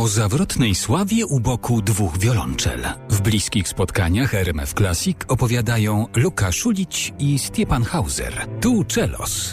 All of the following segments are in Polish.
O zawrotnej sławie u boku dwóch wiolonczel. W bliskich spotkaniach RMF Classic opowiadają Luka Szulić i Stjepan Hauser. Tu Czelos.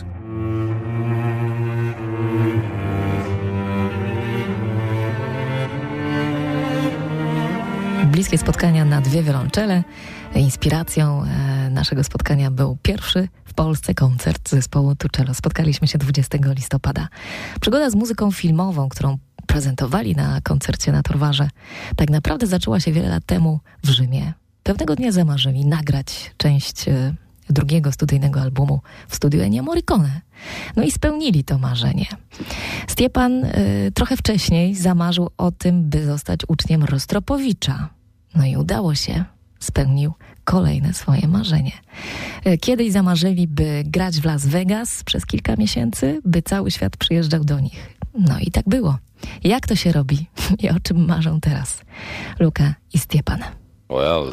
Bliskie spotkania na dwie wiolonczele. Inspiracją naszego spotkania był pierwszy w Polsce koncert zespołu Tu Czelos. Spotkaliśmy się 20 listopada. Przygoda z muzyką filmową, którą prezentowali na koncercie na Torwarze, tak naprawdę zaczęła się wiele lat temu w Rzymie. Pewnego dnia zamarzyli nagrać część drugiego studyjnego albumu w studiu Ennio Morricone. No i spełnili to marzenie. Stjepan trochę wcześniej zamarzył o tym, by zostać uczniem Rostropowicza. No i udało się. Spełnił kolejne swoje marzenie. Kiedyś zamarzyli, by grać w Las Vegas przez kilka miesięcy, by cały świat przyjeżdżał do nich. No i tak było. Jak to się robi i o czym marzą teraz Luka i Stjepan? Well,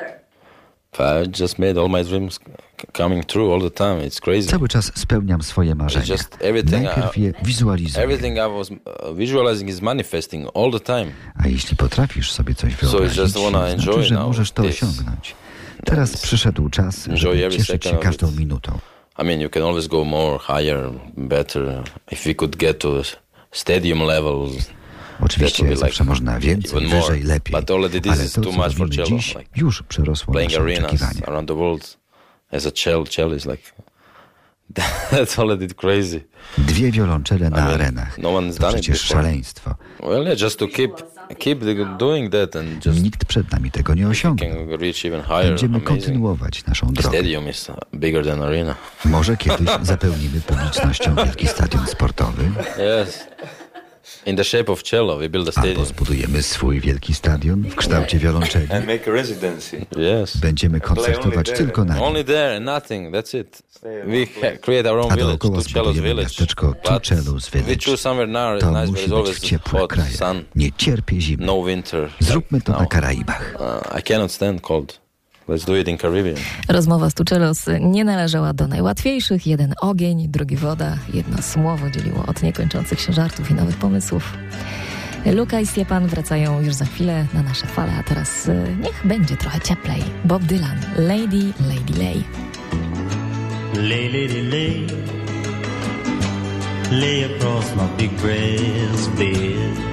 I just made all my dreams coming true all the time. It's crazy. Cały czas spełniam swoje marzenia. Najpierw je wizualizuję. Everything I was visualizing is manifesting all the time. A jeśli potrafisz sobie coś wyobrazić, znaczy, że możesz to osiągnąć. Teraz przyszedł czas, żeby cieszyć się każdą minutą. I mean, you can always go more, higher, better. If we could get to stadium level. Oczywiście zawsze można więcej, wyżej, lepiej, ale to, co robimy dziś, już przerosło nasze oczekiwania. Around the world, as a cello is like that's already crazy. Dwie wiolonczele na arenach. To przecież szaleństwo. Well, yeah, just to keep doing that and just nikt przed nami tego nie osiągnął. Będziemy kontynuować naszą drogę. Stadium is bigger than arena. Może kiedyś zapełnimy publicznością wielki stadion sportowy. Yes. In the shape of cello, we build a stadium. Albo zbudujemy swój wielki stadion w kształcie wiolonczeli. And make a residency. Yes. Będziemy koncertować tylko na nim. Only there, nothing, that's it. We create our own village, Tu Czelos Village. Miasteczko Tu Czelos Village. To musi być w ciepłych krajach. Nie cierpię zimy. No winter. Zróbmy to na Karaibach. I cannot stand cold. Let's do it in Caribbean. Rozmowa z Tu Czelos nie należała do najłatwiejszych. Jeden ogień, drugi woda, jedno słowo dzieliło od niekończących się żartów i nowych pomysłów. Luka i Stjepan wracają już za chwilę na nasze fale, a teraz niech będzie trochę cieplej. Bob Dylan, Lady, Lady Lay. Lay, lady, lay, lay across my big brass bed.